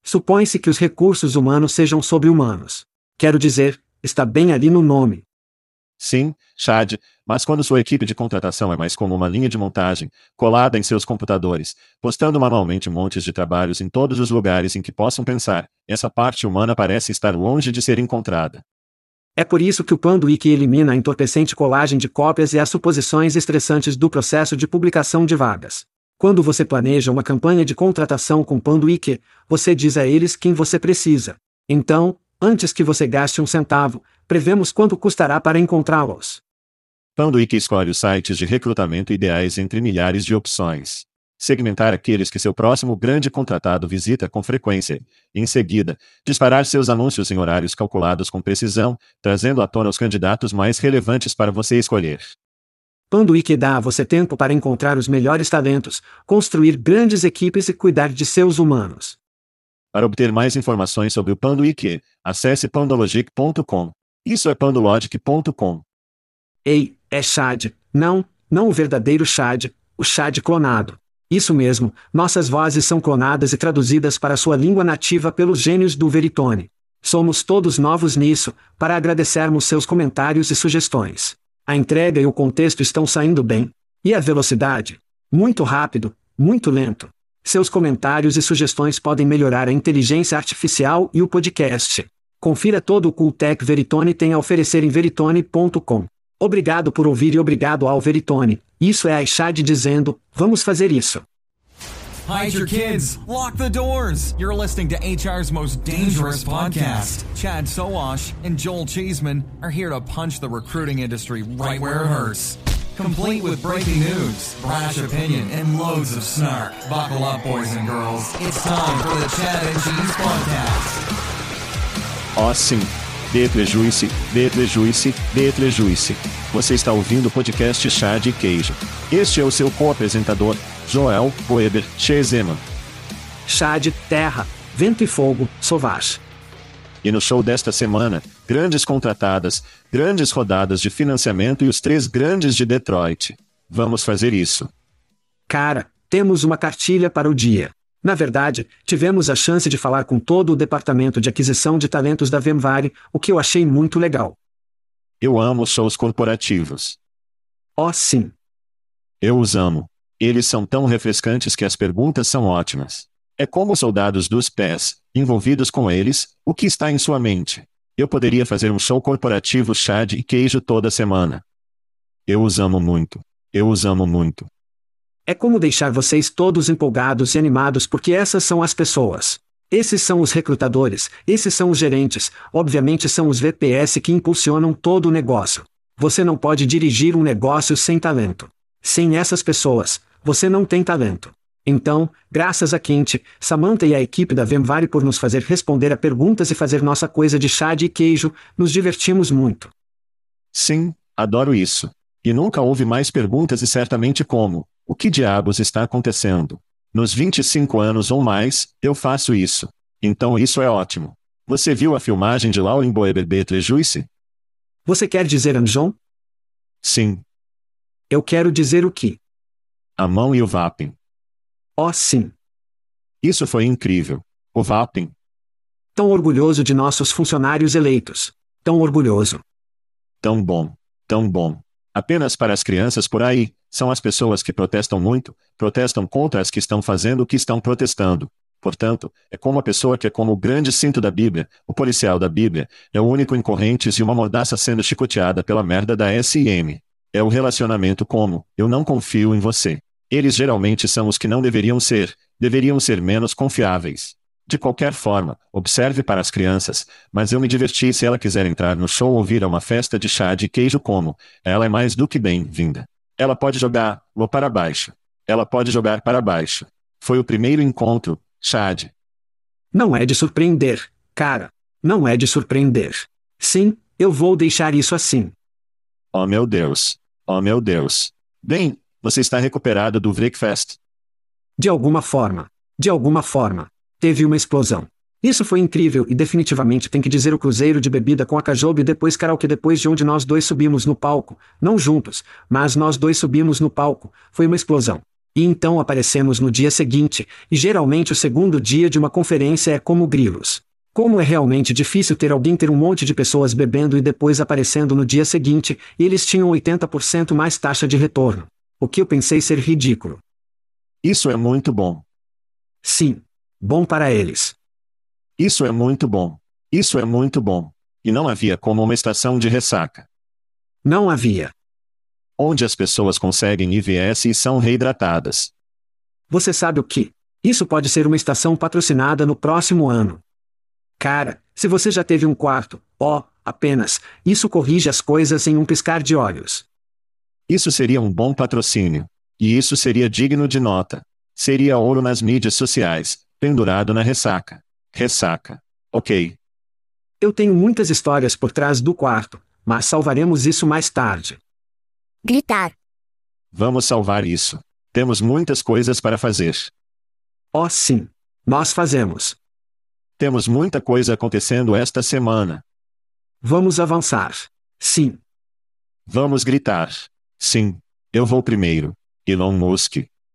Supõe-se que os recursos humanos sejam sobre-humanos. Quero dizer, está bem ali no nome. Sim, Chad, mas quando sua equipe de contratação é mais como uma linha de montagem, colada em seus computadores, postando manualmente montes de trabalhos em todos os lugares em que possam pensar, essa parte humana parece estar longe de ser encontrada. É por isso que o Panduíque elimina a entorpecente colagem de cópias e as suposições estressantes do processo de publicação de vagas. Quando você planeja uma campanha de contratação com Panduíque, você diz a eles quem você precisa. Então, antes que você gaste um centavo, prevemos quanto custará para encontrá-los. Panduíque escolhe os sites de recrutamento ideais entre milhares de opções. Segmentar aqueles que seu próximo grande contratado visita com frequência. Em seguida, disparar seus anúncios em horários calculados com precisão, trazendo à tona os candidatos mais relevantes para você escolher. Panduíque dá a você tempo para encontrar os melhores talentos, construir grandes equipes e cuidar de seus humanos. Para obter mais informações sobre o Panduíque, acesse pandologic.com. Isso é pandologic.com. Ei, é Chad, não o verdadeiro Chad, o Chad clonado. Isso mesmo, nossas vozes são clonadas e traduzidas para sua língua nativa pelos gênios do Veritone. Somos todos novos nisso, para agradecermos seus comentários e sugestões. A entrega e o contexto estão saindo bem. E a velocidade? Muito rápido, muito lento. Seus comentários e sugestões podem melhorar a inteligência artificial e o podcast. Confira todo o Cooltech Veritone tem a oferecer em veritone.com. Obrigado por ouvir e obrigado ao Veritone. Isso é a Chad dizendo, vamos fazer isso. Hide your kids. Lock the doors. You're listening to HR's most dangerous podcast. Chad Sowash and Joel Cheeseman are here to punch the recruiting industry right where it hurts. Complete with breaking news, brash opinion, and loads of snark. Buckle up, boys and girls. It's time for the Chad and Cheese Podcast. Oh, sim. Dê prejuízo, dê prejuízo, dê prejuízo. Você está ouvindo o podcast Chá de Queijo. Este é o seu co-apresentador, Joel Weber Cheeseman. Chá de terra, vento e fogo, Sovash. E no show desta semana, grandes contratadas, grandes rodadas de financiamento e os 3 grandes de Detroit. Vamos fazer isso. Cara, temos uma cartilha para o dia. Na verdade, tivemos a chance de falar com todo o departamento de aquisição de talentos da VMware, o que eu achei muito legal. Eu amo shows corporativos. Oh, sim. Eu os amo. Eles são tão refrescantes que as perguntas são ótimas. É como soldados dos pés, envolvidos com eles, o que está em sua mente. Eu poderia fazer um show corporativo chá de queijo toda semana. Eu os amo muito. Eu os amo muito. É como deixar vocês todos empolgados e animados porque essas são as pessoas. Esses são os recrutadores, esses são os gerentes, obviamente são os VPS que impulsionam todo o negócio. Você não pode dirigir um negócio sem talento. Sem essas pessoas, você não tem talento. Então, graças a Kent, Samantha e a equipe da VMware por nos fazer responder a perguntas e fazer nossa coisa de chá de queijo, nos divertimos muito. Sim, adoro isso. E nunca houve mais perguntas e certamente como, o que diabos está acontecendo? Nos 25 anos ou mais, eu faço isso. Então isso é ótimo. Você viu a filmagem de Lauren Boeber Beetlejuice? Você quer dizer Anjon? Sim. Eu quero dizer o que? A mão e o vaping. Oh, sim. Isso foi incrível. O vaping. Tão orgulhoso de nossos funcionários eleitos. Tão orgulhoso. Tão bom. Tão bom. Apenas para as crianças por aí, são as pessoas que protestam muito, protestam contra as que estão fazendo o que estão protestando. Portanto, é como a pessoa que é como o grande cinto da Bíblia, o policial da Bíblia, é o único em correntes e uma mordaça sendo chicoteada pela merda da SM. É o relacionamento como, eu não confio em você. Eles geralmente são os que não deveriam ser menos confiáveis. De qualquer forma, observe para as crianças, mas eu me diverti se ela quiser entrar no show ou vir a uma festa de chá de queijo como, ela é mais do que bem-vinda. Ela pode jogar, ou para baixo. Ela pode jogar para baixo. Foi o primeiro encontro, Chad. Não é de surpreender, cara. Não é de surpreender. Sim, eu vou deixar isso assim. Oh meu Deus. Oh meu Deus. Bem, você está recuperado do breakfast. De alguma forma. De alguma forma. Teve uma explosão. Isso foi incrível e definitivamente tem que dizer o cruzeiro de bebida com a Cajobe e depois karaokê depois de onde nós dois subimos no palco, não juntos, mas nós dois subimos no palco, foi uma explosão. E então aparecemos no dia seguinte, e geralmente o segundo dia de uma conferência é como grilos. Como é realmente difícil ter alguém ter um monte de pessoas bebendo e depois aparecendo no dia seguinte, e eles tinham 80% mais taxa de retorno. O que eu pensei ser ridículo. Isso é muito bom. Sim. Bom para eles. Isso é muito bom. Isso é muito bom. E não havia como uma estação de ressaca. Não havia. Onde as pessoas conseguem IVS e são reidratadas. Você sabe o que? Isso pode ser uma estação patrocinada no próximo ano. Cara, se você já teve um quarto, apenas, isso corrige as coisas em um piscar de olhos. Isso seria um bom patrocínio. E isso seria digno de nota. Seria ouro nas mídias sociais, pendurado na ressaca. Ressaca. Ok. Eu tenho muitas histórias por trás do quarto, mas salvaremos isso mais tarde. Gritar. Vamos salvar isso. Temos muitas coisas para fazer. Oh, sim. Nós fazemos. Temos muita coisa acontecendo esta semana. Vamos avançar. Sim. Vamos gritar. Sim. Eu vou primeiro. Elon Musk.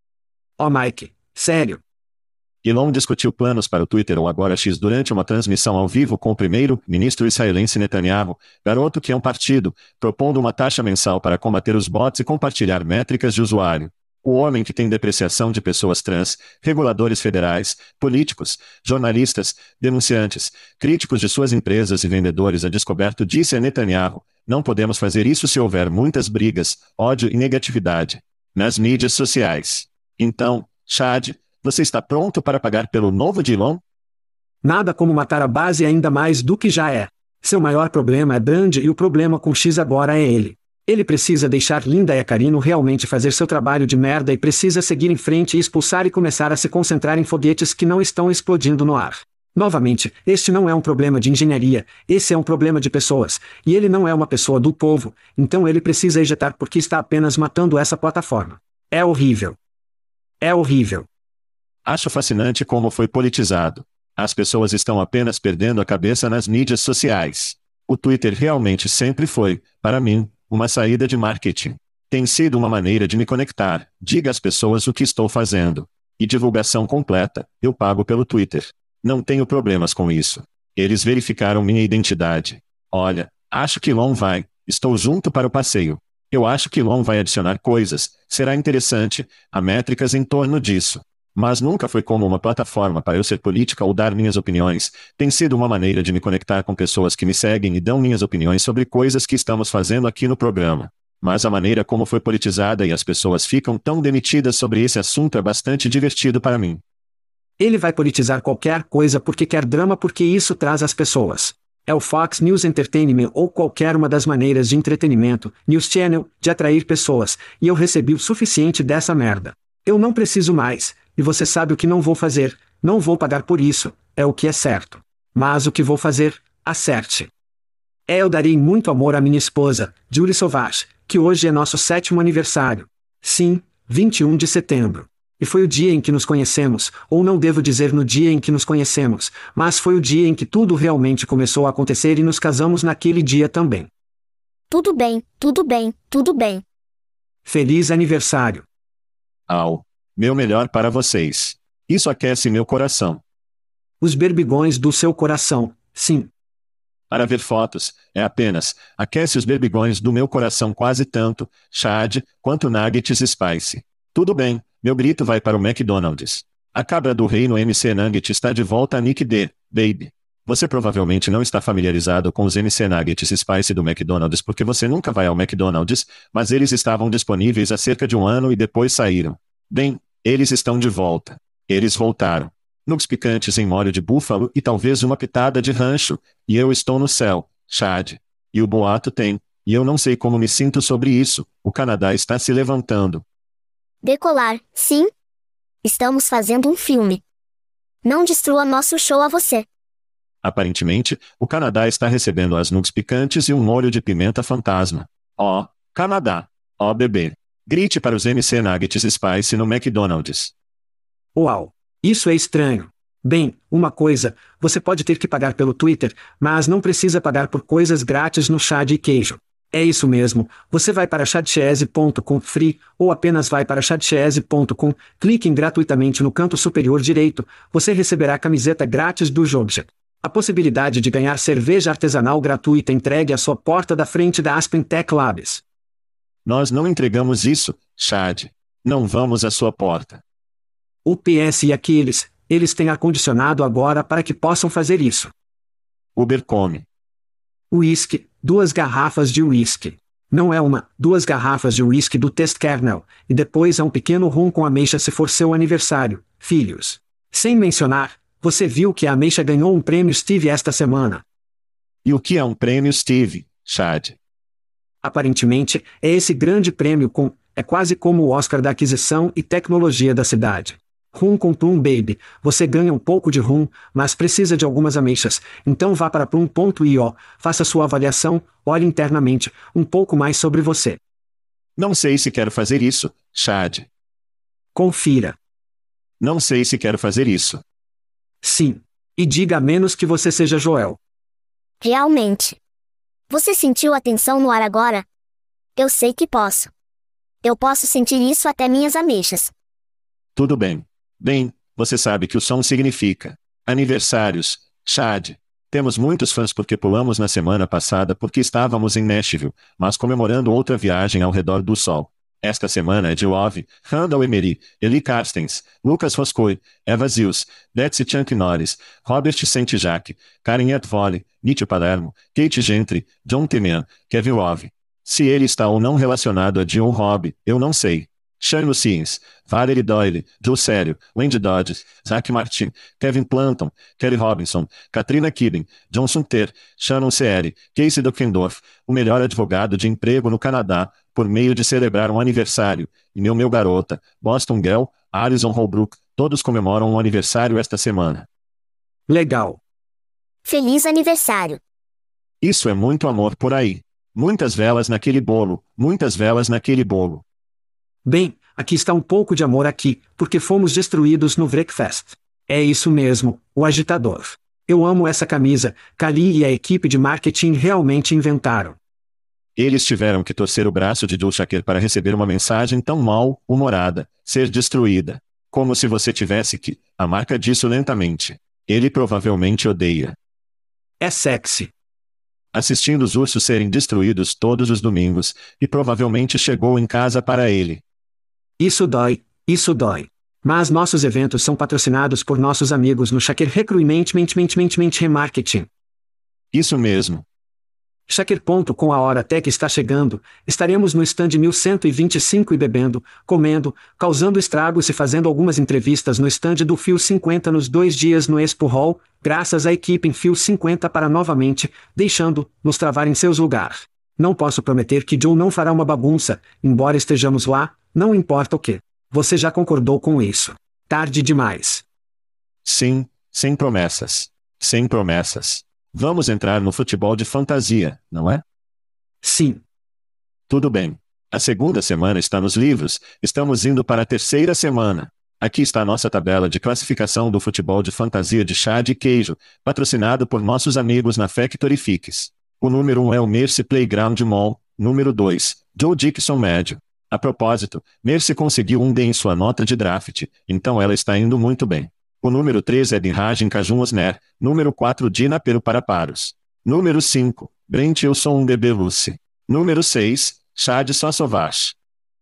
Oh, Mike. Sério. Elon discutiu planos para o Twitter ou agora X durante uma transmissão ao vivo com o primeiro-ministro israelense Netanyahu, garoto que é um partido, propondo uma taxa mensal para combater os bots e compartilhar métricas de usuário. O homem que tem depreciação de pessoas trans, reguladores federais, políticos, jornalistas, denunciantes, críticos de suas empresas e vendedores a descoberto disse a Netanyahu, não podemos fazer isso se houver muitas brigas, ódio e negatividade nas mídias sociais. Então, Chad, você está pronto para pagar pelo novo de Elon? Nada como matar a base ainda mais do que já é. Seu maior problema é Brand e o problema com X agora é ele. Ele precisa deixar Linda e Carino realmente fazer seu trabalho de merda e precisa seguir em frente e expulsar e começar a se concentrar em foguetes que não estão explodindo no ar. Novamente, este não é um problema de engenharia, esse é um problema de pessoas, e ele não é uma pessoa do povo, então ele precisa ejetar porque está apenas matando essa plataforma. É horrível. É horrível. Acho fascinante como foi politizado. As pessoas estão apenas perdendo a cabeça nas mídias sociais. O Twitter realmente sempre foi, para mim, uma saída de marketing. Tem sido uma maneira de me conectar, diga às pessoas o que estou fazendo. E divulgação completa, eu pago pelo Twitter. Não tenho problemas com isso. Eles verificaram minha identidade. Olha, acho que Elon vai, estou junto para o passeio. Eu acho que Elon vai adicionar coisas, será interessante, há métricas em torno disso. Mas nunca foi como uma plataforma para eu ser política ou dar minhas opiniões, tem sido uma maneira de me conectar com pessoas que me seguem e dão minhas opiniões sobre coisas que estamos fazendo aqui no programa. Mas a maneira como foi politizada e as pessoas ficam tão demitidas sobre esse assunto é bastante divertido para mim. Ele vai politizar qualquer coisa porque quer drama porque isso traz as pessoas. É o Fox News Entertainment ou qualquer uma das maneiras de entretenimento, News Channel, de atrair pessoas, e eu recebi o suficiente dessa merda. Eu não preciso mais, e você sabe o que não vou fazer, não vou pagar por isso, é o que é certo. Mas o que vou fazer, acerte. Eu darei muito amor à minha esposa, Julie Sauvage, que hoje é nosso 7º aniversário. Sim, 21 de setembro. E foi o dia em que nos conhecemos, ou não devo dizer no dia em que nos conhecemos, mas foi o dia em que tudo realmente começou a acontecer e nos casamos naquele dia também. Tudo bem, tudo bem, tudo bem. Feliz aniversário. Meu melhor para vocês. Isso aquece meu coração. Os berbigões do seu coração, sim. Para ver fotos, é apenas, aquece os berbigões do meu coração quase tanto, Chad, quanto nuggets spicy. Tudo bem, meu grito vai para o McDonald's. A cabra do reino MC Nugget está de volta a Nick D, baby. Você provavelmente não está familiarizado com os MC Nuggets Spicy do McDonald's porque você nunca vai ao McDonald's, mas eles estavam disponíveis há cerca de um ano e depois saíram. Bem, eles estão de volta. Eles voltaram. Nuggets picantes em molho de búfalo e talvez uma pitada de rancho, e eu estou no céu, Chad. E o boato tem, e eu não sei como me sinto sobre isso, o Canadá está se levantando. Decolar, sim? Estamos fazendo um filme. Não destrua nosso show a você. Aparentemente, o Canadá está recebendo as nuggets picantes e um molho de pimenta fantasma. Oh, Canadá. Oh, bebê. Grite para os MC Nuggets Spicy no McDonald's. Uau! Isso é estranho. Bem, uma coisa, você pode ter que pagar pelo Twitter, mas não precisa pagar por coisas grátis no chá de queijo. É isso mesmo, você vai para chatchese.com free, ou apenas vai para chatchese.com, clique em gratuitamente no canto superior direito, você receberá a camiseta grátis do Jobjet. A possibilidade de ganhar cerveja artesanal gratuita entregue à sua porta da frente da Aspen Tech Labs. Nós não entregamos isso, Chad. Não vamos à sua porta. O PS e aqueles, eles têm ar-condicionado agora para que possam fazer isso. Uber come. Whisky, 2 garrafas de whisky. Não é uma, 2 garrafas de whisky do Test Kernel, e depois é um pequeno rum com ameixa se for seu aniversário, filhos. Sem mencionar, você viu que a ameixa ganhou um prêmio Steve esta semana. E o que é um prêmio Steve, Chad? Aparentemente, é esse grande prêmio é quase como o Oscar da aquisição e tecnologia da cidade. Rum com Plum Baby, você ganha um pouco de rum, mas precisa de algumas ameixas, então vá para plum.io, faça sua avaliação, olhe internamente, um pouco mais sobre você. Não sei se quero fazer isso, Chad. Confira. Não sei se quero fazer isso. Sim. E diga a menos que você seja Joel. Realmente. Você sentiu a tensão no ar agora? Eu sei que posso. Eu posso sentir isso até minhas ameixas. Tudo bem. Bem, você sabe que o som significa aniversários, Chad. Temos muitos fãs porque pulamos na semana passada porque estávamos em Nashville, mas comemorando outra viagem ao redor do sol. Esta semana é de Love, Randall Emery, Eli Carstens, Lucas Roscoe, Eva Zils, Betsy Chunk Norris, Robert Saint-Jacques, Karen Etvoli, Nietzsche Palermo, Kate Gentry, John Teman, Kevin Love. Se ele está ou não relacionado a Dion Robb, eu não sei. Shane Luciens, Valerie Doyle, Joe Sério, Wendy Dodges, Zach Martin, Kevin Planton, Kelly Robinson, Katrina Kibben, Johnson Ter, Shannon Seeri, Casey Duckendorf, o melhor advogado de emprego no Canadá, por meio de celebrar um aniversário, e meu garota, Boston Girl, Alison Holbrook, todos comemoram um aniversário esta semana. Legal. Feliz aniversário. Isso é muito amor por aí. Muitas velas naquele bolo, muitas velas naquele bolo. Bem, aqui está um pouco de amor aqui, porque fomos destruídos no Breakfast. É isso mesmo, o agitador. Eu amo essa camisa, Kali e a equipe de marketing realmente inventaram. Eles tiveram que torcer o braço de Joe Shaker para receber uma mensagem tão mal-humorada, ser destruída. Como se você tivesse que, a marca disso lentamente. Ele provavelmente odeia. É sexy. Assistindo os ursos serem destruídos todos os domingos, e provavelmente chegou em casa para ele. Isso dói, isso dói. Mas nossos eventos são patrocinados por nossos amigos no Shaker Recruitment Remarketing. Isso mesmo. Shaker.com a hora até que está chegando, estaremos no stand 1125 e bebendo, comendo, causando estragos e fazendo algumas entrevistas no stand do Fio 50 nos 2 dias no Expo Hall, graças à equipe em Fio 50 para novamente, deixando-nos travar em seus lugares. Não posso prometer que Joe não fará uma bagunça, embora estejamos lá, não importa o que. Você já concordou com isso. Tarde demais. Sim, sem promessas. Sem promessas. Vamos entrar no futebol de fantasia, não é? Sim. Tudo bem. A segunda semana está nos livros, estamos indo para a terceira semana. Aqui está a nossa tabela de classificação do futebol de fantasia de chá de queijo, patrocinado por nossos amigos na Factory Fix. O número 1 é o Mercy Playground Mall, número 2, Joe Dixon Médio. A propósito, Mercy conseguiu um D em sua nota de draft, então ela está indo muito bem. O número 3 é Dinraj Cajun Osner, número 4 Dina Pero para Paros. Número 5, Brent Wilson Bebê Lucy. Número 6, Chad Sossovash.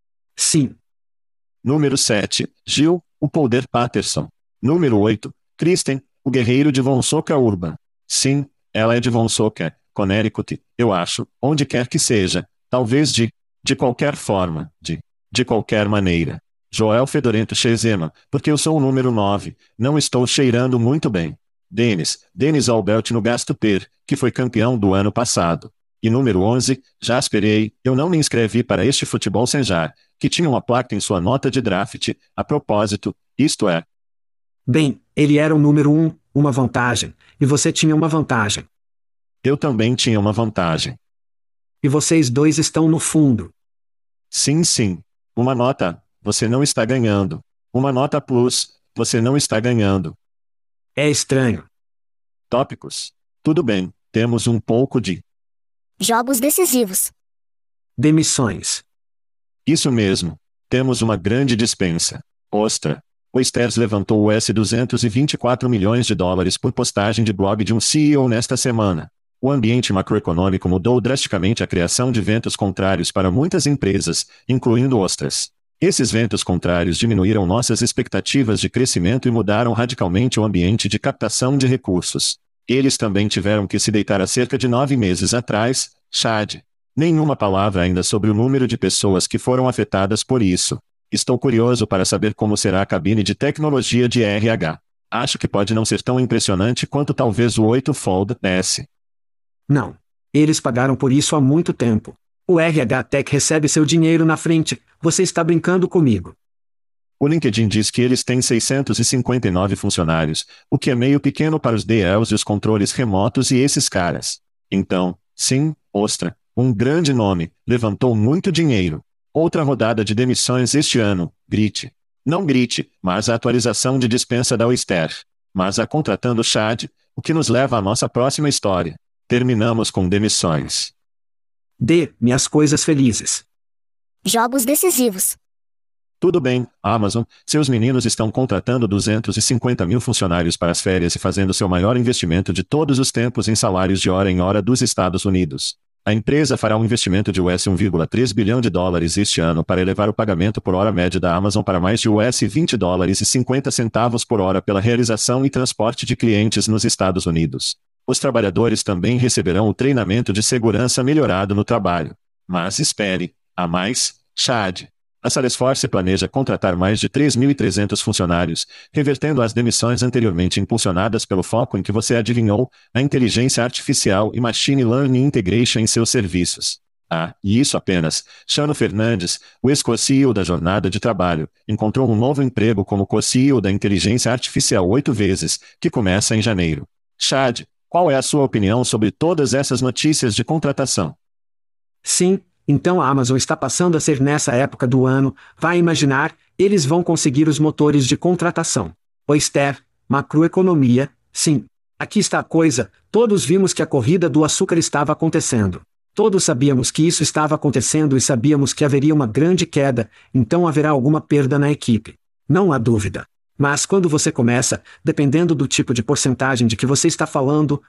Sim. Número 7, Gil, o Polder Patterson. Número 8, Kristen, o guerreiro de Vonsoka Urban. Sim, ela é de Vonsoka, Connecticut, eu acho, onde quer que seja, talvez de qualquer forma, de qualquer maneira. Joel Fedorento Chezema, porque eu sou o número 9, não estou cheirando muito bem. Denis Albert no Gasto Per, que foi campeão do ano passado. E número 11, Jasper A. Eu não me inscrevi para este futebol sem jar, que tinha uma placa em sua nota de draft, a propósito, isto é. Bem, ele era o número 1, uma vantagem, e você tinha uma vantagem. Eu também tinha uma vantagem. E vocês dois estão no fundo. Sim. Uma nota, você não está ganhando. Uma nota plus, você não está ganhando. É estranho. Tópicos. Tudo bem, temos um pouco de Jogos decisivos. Demissões. Isso mesmo. Temos uma grande dispensa. Ostra. O Stairs levantou US $224 milhões por postagem de blog de um CEO nesta semana. O ambiente macroeconômico mudou drasticamente a criação de ventos contrários para muitas empresas, incluindo Ostras. Esses ventos contrários diminuíram nossas expectativas de crescimento e mudaram radicalmente o ambiente de captação de recursos. Eles também tiveram que se deitar há cerca de 9 meses atrás, Chad. Nenhuma palavra ainda sobre o número de pessoas que foram afetadas por isso. Estou curioso para saber como será a cabine de tecnologia de RH. Acho que pode não ser tão impressionante quanto talvez o 8 Fold S. Não. Eles pagaram por isso há muito tempo. O RH Tech recebe seu dinheiro na frente. Você está brincando comigo. O LinkedIn diz que eles têm 659 funcionários, o que é meio pequeno para os DLs e os controles remotos e esses caras. Então, sim, Ostra, um grande nome, levantou muito dinheiro. Outra rodada de demissões este ano, grite. Não grite, mas a atualização de dispensa da Oyster. Mas a contratando Chad, o que nos leva à nossa próxima história. Terminamos com demissões. Minhas coisas felizes. Jogos decisivos. Tudo bem, Amazon, seus meninos estão contratando 250 mil funcionários para as férias e fazendo seu maior investimento de todos os tempos em salários de hora em hora dos Estados Unidos. A empresa fará um investimento de US $1,3 bilhão este ano para elevar o pagamento por hora médio da Amazon para mais de US $20,50 por hora pela realização e transporte de clientes nos Estados Unidos. Os trabalhadores também receberão o treinamento de segurança melhorado no trabalho. Mas espere, há mais, Chad. A Salesforce planeja contratar mais de 3.300 funcionários, revertendo as demissões anteriormente impulsionadas pelo foco em que você adivinhou, a inteligência artificial e machine learning integration em seus serviços. E isso apenas. Chano Fernandes, o ex-co-CEO da jornada de trabalho, encontrou um novo emprego como co-CEO da inteligência artificial 8 vezes, que começa em janeiro. Chad, qual é a sua opinião sobre todas essas notícias de contratação? Sim. Então a Amazon está passando a ser nessa época do ano, vai imaginar, eles vão conseguir os motores de contratação. Oyster, macroeconomia, sim. Aqui está a coisa, todos vimos que a corrida do açúcar estava acontecendo. Todos sabíamos que isso estava acontecendo e sabíamos que haveria uma grande queda, então haverá alguma perda na equipe. Não há dúvida. Mas quando você começa, dependendo do tipo de porcentagem de que você está falando,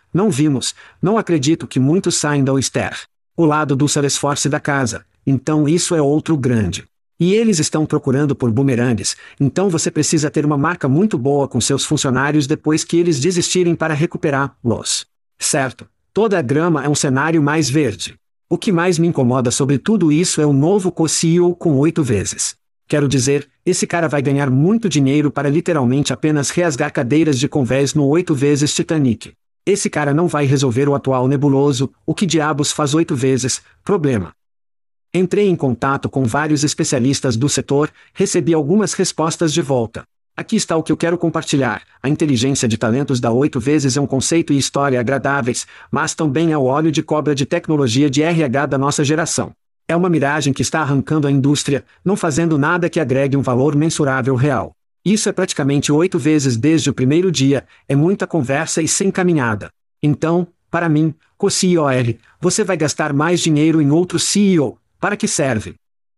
não acredito que muitos saem da Oyster. O lado do Salesforce da casa, então isso é outro grande. E eles estão procurando por bumerangues, então você precisa ter uma marca muito boa com seus funcionários depois que eles desistirem para recuperá-los. Certo, toda a grama é um cenário mais verde. O que mais me incomoda sobre tudo isso é o novo co-CEO com 8 vezes. Quero dizer, esse cara vai ganhar muito dinheiro para literalmente apenas rasgar cadeiras de convés no 8 vezes Titanic. Esse cara não vai resolver o atual nebuloso, o que diabos faz 8 vezes, problema. Entrei em contato com vários especialistas do setor, recebi algumas respostas de volta. Aqui está o que eu quero compartilhar. A inteligência de talentos da 8 vezes é um conceito e história agradáveis, mas também é o óleo de cobra de tecnologia de RH da nossa geração. É uma miragem que está arrancando a indústria, não fazendo nada que agregue um valor mensurável real. Isso é praticamente 8 vezes desde o primeiro dia, é muita conversa e sem caminhada. Então, para mim, co-CEO, você vai gastar mais dinheiro em outro CEO. Para que serve?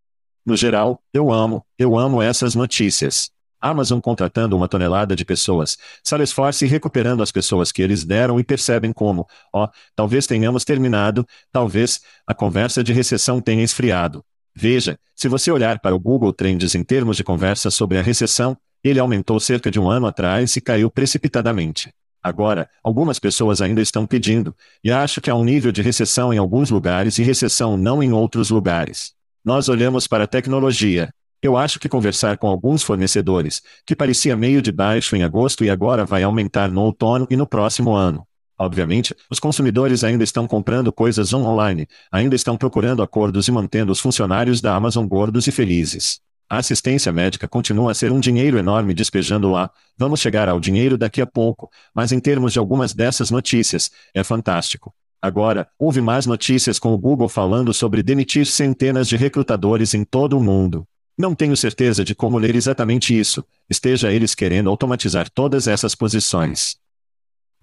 No geral, eu amo essas notícias. Amazon contratando 1 tonelada de pessoas, Salesforce recuperando as pessoas que eles deram e percebem como, talvez tenhamos terminado, talvez, a conversa de recessão tenha esfriado. Veja, se você olhar para o Google Trends em termos de conversa sobre a recessão, ele aumentou cerca de 1 ano atrás e caiu precipitadamente. Agora, algumas pessoas ainda estão pedindo, e acho que há um nível de recessão em alguns lugares e recessão não em outros lugares. Nós olhamos para a tecnologia. Eu acho que conversar com alguns fornecedores, que parecia meio de baixo em agosto e agora vai aumentar no outono e no próximo ano. Obviamente, os consumidores ainda estão comprando coisas online, ainda estão procurando acordos e mantendo os funcionários da Amazon gordos e felizes. A assistência médica continua a ser um dinheiro enorme despejando lá, vamos chegar ao dinheiro daqui a pouco, mas em termos de algumas dessas notícias, é fantástico. Agora, houve mais notícias com o Google falando sobre demitir centenas de recrutadores em todo o mundo. Não tenho certeza de como ler exatamente isso, esteja eles querendo automatizar todas essas posições.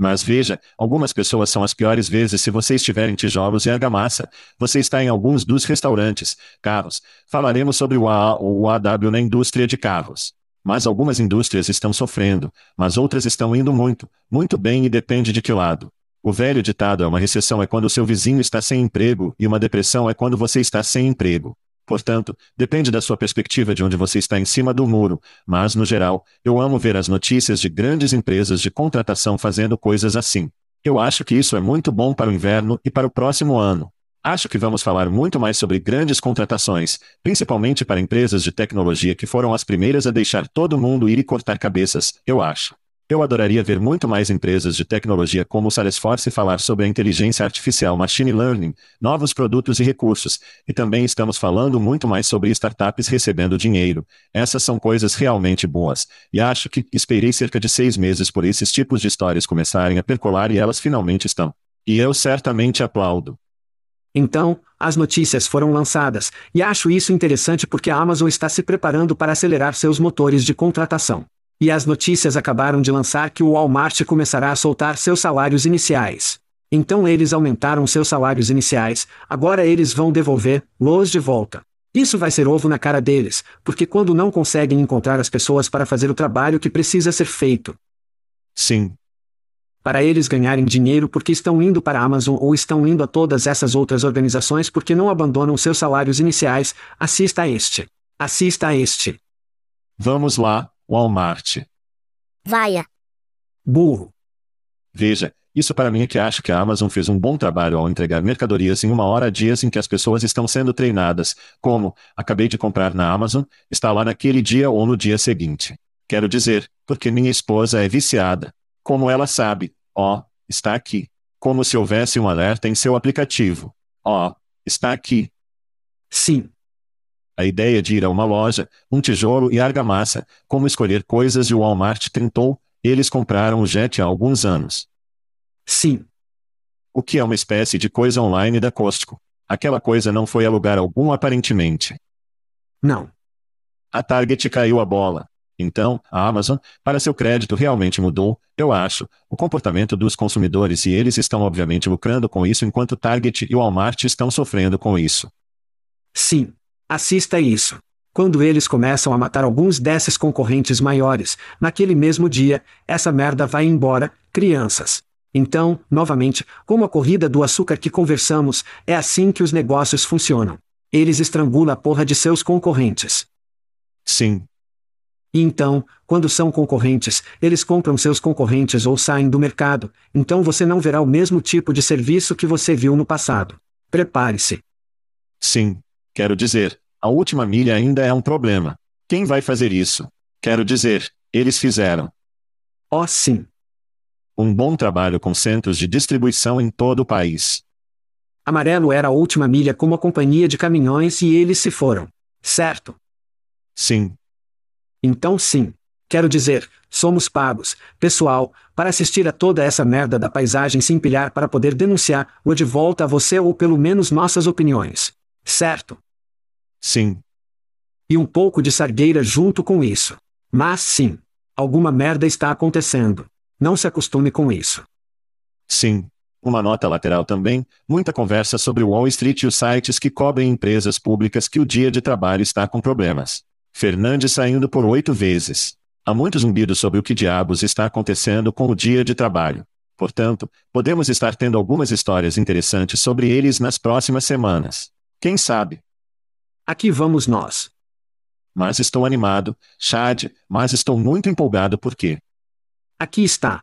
Mas veja, algumas pessoas são as piores vezes se você estiver em tijolos e argamassa, você está em alguns dos restaurantes, carros. Falaremos sobre o AA ou o AW na indústria de carros. Mas algumas indústrias estão sofrendo, mas outras estão indo muito, muito bem e depende de que lado. O velho ditado é uma recessão é quando o seu vizinho está sem emprego e uma depressão é quando você está sem emprego. Portanto, depende da sua perspectiva de onde você está em cima do muro, mas, no geral, eu amo ver as notícias de grandes empresas de contratação fazendo coisas assim. Eu acho que isso é muito bom para o inverno e para o próximo ano. Acho que vamos falar muito mais sobre grandes contratações, principalmente para empresas de tecnologia que foram as primeiras a deixar todo mundo ir e cortar cabeças, eu acho. Eu adoraria ver muito mais empresas de tecnologia como o Salesforce falar sobre a inteligência artificial Machine Learning, novos produtos e recursos, e também estamos falando muito mais sobre startups recebendo dinheiro. Essas são coisas realmente boas, e acho que esperei cerca de 6 meses por esses tipos de histórias começarem a percolar e elas finalmente estão. E eu certamente aplaudo. Então, as notícias foram lançadas, e acho isso interessante porque a Amazon está se preparando para acelerar seus motores de contratação. E as notícias acabaram de lançar que o Walmart começará a soltar seus salários iniciais. Então eles aumentaram seus salários iniciais, agora eles vão devolver-los de volta. Isso vai ser ovo na cara deles, porque quando não conseguem encontrar as pessoas para fazer o trabalho que precisa ser feito. Sim. Para eles ganharem dinheiro porque estão indo para a Amazon ou estão indo a todas essas outras organizações porque não abandonam seus salários iniciais, assista a este. Assista a este. Vamos lá, Walmart. Vaia. Burro. Veja, isso para mim é que acho que a Amazon fez um bom trabalho ao entregar mercadorias em 1 hora a dias em que as pessoas estão sendo treinadas, como, acabei de comprar na Amazon, está lá naquele dia ou no dia seguinte. Quero dizer, porque minha esposa é viciada. Como ela sabe, está aqui. Como se houvesse um alerta em seu aplicativo. Está aqui. Sim. A ideia de ir a uma loja, um tijolo e argamassa, como escolher coisas e o Walmart tentou, eles compraram o Jet há alguns anos. Sim. O que é uma espécie de coisa online da Costco. Aquela coisa não foi a lugar algum aparentemente. Não. A Target caiu a bola. Então, a Amazon, para seu crédito realmente mudou, eu acho, o comportamento dos consumidores e eles estão obviamente lucrando com isso enquanto Target e o Walmart estão sofrendo com isso. Sim. Assista isso. Quando eles começam a matar alguns desses concorrentes maiores, naquele mesmo dia, essa merda vai embora, crianças. Então, novamente, como a corrida do açúcar que conversamos, é assim que os negócios funcionam. Eles estrangulam a porra de seus concorrentes. Sim. E então, quando são concorrentes, eles compram seus concorrentes ou saem do mercado, então você não verá o mesmo tipo de serviço que você viu no passado. Prepare-se. Sim. Quero dizer, a última milha ainda é um problema. Quem vai fazer isso? Quero dizer, eles fizeram. Sim. Um bom trabalho com centros de distribuição em todo o país. Amarelo era a última milha como a companhia de caminhões e eles se foram. Certo? Sim. Então sim. Quero dizer, somos pagos, pessoal, para assistir a toda essa merda da paisagem se empilhar para poder denunciar-o de volta a você ou pelo menos nossas opiniões. Certo? Sim. E um pouco de sargueira junto com isso. Mas sim. Alguma merda está acontecendo. Não se acostume com isso. Sim. Uma nota lateral também, muita conversa sobre Wall Street e os sites que cobrem empresas públicas que o dia de trabalho está com problemas. Fernandes saindo por 8 vezes. Há muito zumbido sobre o que diabos está acontecendo com o dia de trabalho. Portanto, podemos estar tendo algumas histórias interessantes sobre eles nas próximas semanas. Quem sabe? Aqui vamos nós. Mas estou animado, Chad, mas estou muito empolgado porque... Aqui está.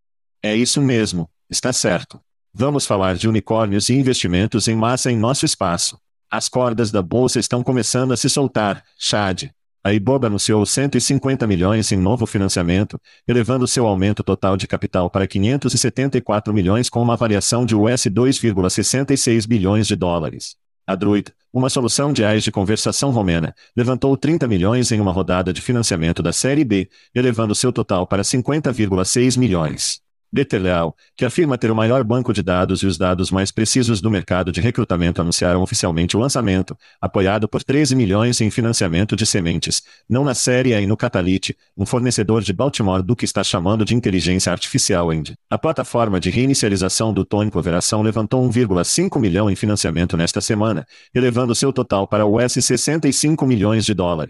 É isso mesmo, está certo. Vamos falar de unicórnios e investimentos em massa em nosso espaço. As cordas da bolsa estão começando a se soltar, Chad. A Iboga anunciou 150 milhões em novo financiamento, elevando seu aumento total de capital para 574 milhões com uma variação de US$ 2,66 bilhões. A Druid, uma solução de AIs de conversação romena, levantou 30 milhões em uma rodada de financiamento da Série B, elevando seu total para 50,6 milhões. Deterleal, que afirma ter o maior banco de dados e os dados mais precisos do mercado de recrutamento, anunciaram oficialmente o lançamento, apoiado por 13 milhões em financiamento de sementes, não na série A e no Catalyst, um fornecedor de Baltimore do que está chamando de inteligência artificial End. A plataforma de reinicialização do Tony Coveração levantou 1,5 milhão em financiamento nesta semana, elevando seu total para US$ 65 milhões.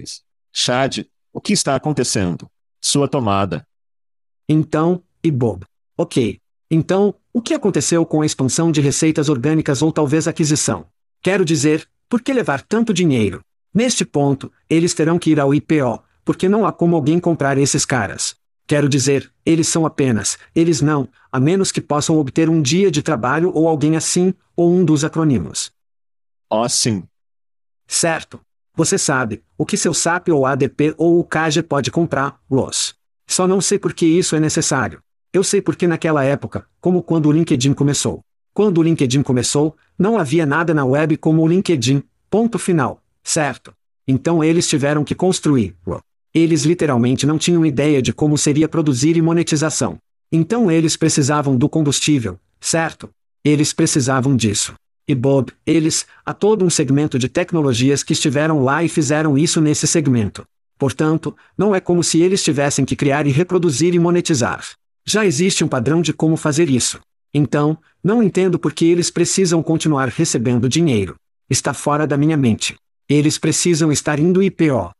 Chad, o que está acontecendo? Sua tomada. Então, e Bob. Ok. Então, o que aconteceu com a expansão de receitas orgânicas ou talvez aquisição? Quero dizer, por que levar tanto dinheiro? Neste ponto, eles terão que ir ao IPO, porque não há como alguém comprar esses caras. Quero dizer, eles são apenas, eles não, a menos que possam obter um dia de trabalho ou alguém assim, ou um dos acrônimos. Oh, sim. Certo. Você sabe, o que seu SAP ou ADP ou o CAGE pode comprar, Ross. Só não sei por que isso é necessário. Eu sei porque naquela época, como quando o LinkedIn começou. Quando o LinkedIn começou, não havia nada na web como o LinkedIn, ponto final, certo? Então eles tiveram que construir. Eles literalmente não tinham ideia de como seria produzir e monetização. Então eles precisavam do combustível, certo? Eles precisavam disso. E Bob, há todo um segmento de tecnologias que estiveram lá e fizeram isso nesse segmento. Portanto, não é como se eles tivessem que criar e reproduzir e monetizar. Já existe um padrão de como fazer isso. Então, não entendo por que eles precisam continuar recebendo dinheiro. Está fora da minha mente. Eles precisam estar indo IPO.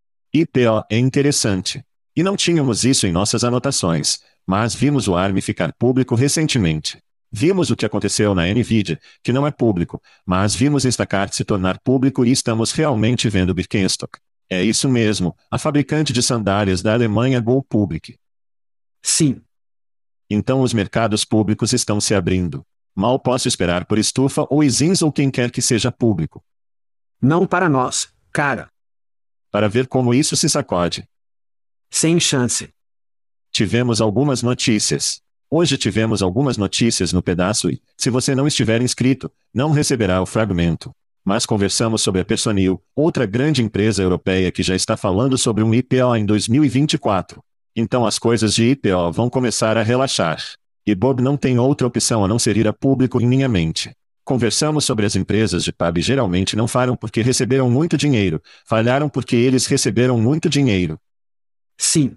IPO é interessante. E não tínhamos isso em nossas anotações, mas vimos o ARM ficar público recentemente. Vimos o que aconteceu na NVIDIA, que não é público, mas vimos Instacart se tornar público e estamos realmente vendo Birkenstock. É isso mesmo, a fabricante de sandálias da Alemanha Go Public. Sim. Então os mercados públicos estão se abrindo. Mal posso esperar por Stufa ou Izins ou quem quer que seja público. Não para nós, cara. Para ver como isso se sacode. Sem chance. Tivemos algumas notícias. Hoje tivemos algumas notícias no pedaço e, se você não estiver inscrito, não receberá o fragmento. Mas conversamos sobre a Personil, outra grande empresa europeia que já está falando sobre um IPO em 2024. Então as coisas de IPO vão começar a relaxar. E Bob não tem outra opção a não ser ir a público em minha mente. Conversamos sobre as empresas de pub geralmente não falham porque receberam muito dinheiro, falharam porque eles receberam muito dinheiro. Sim.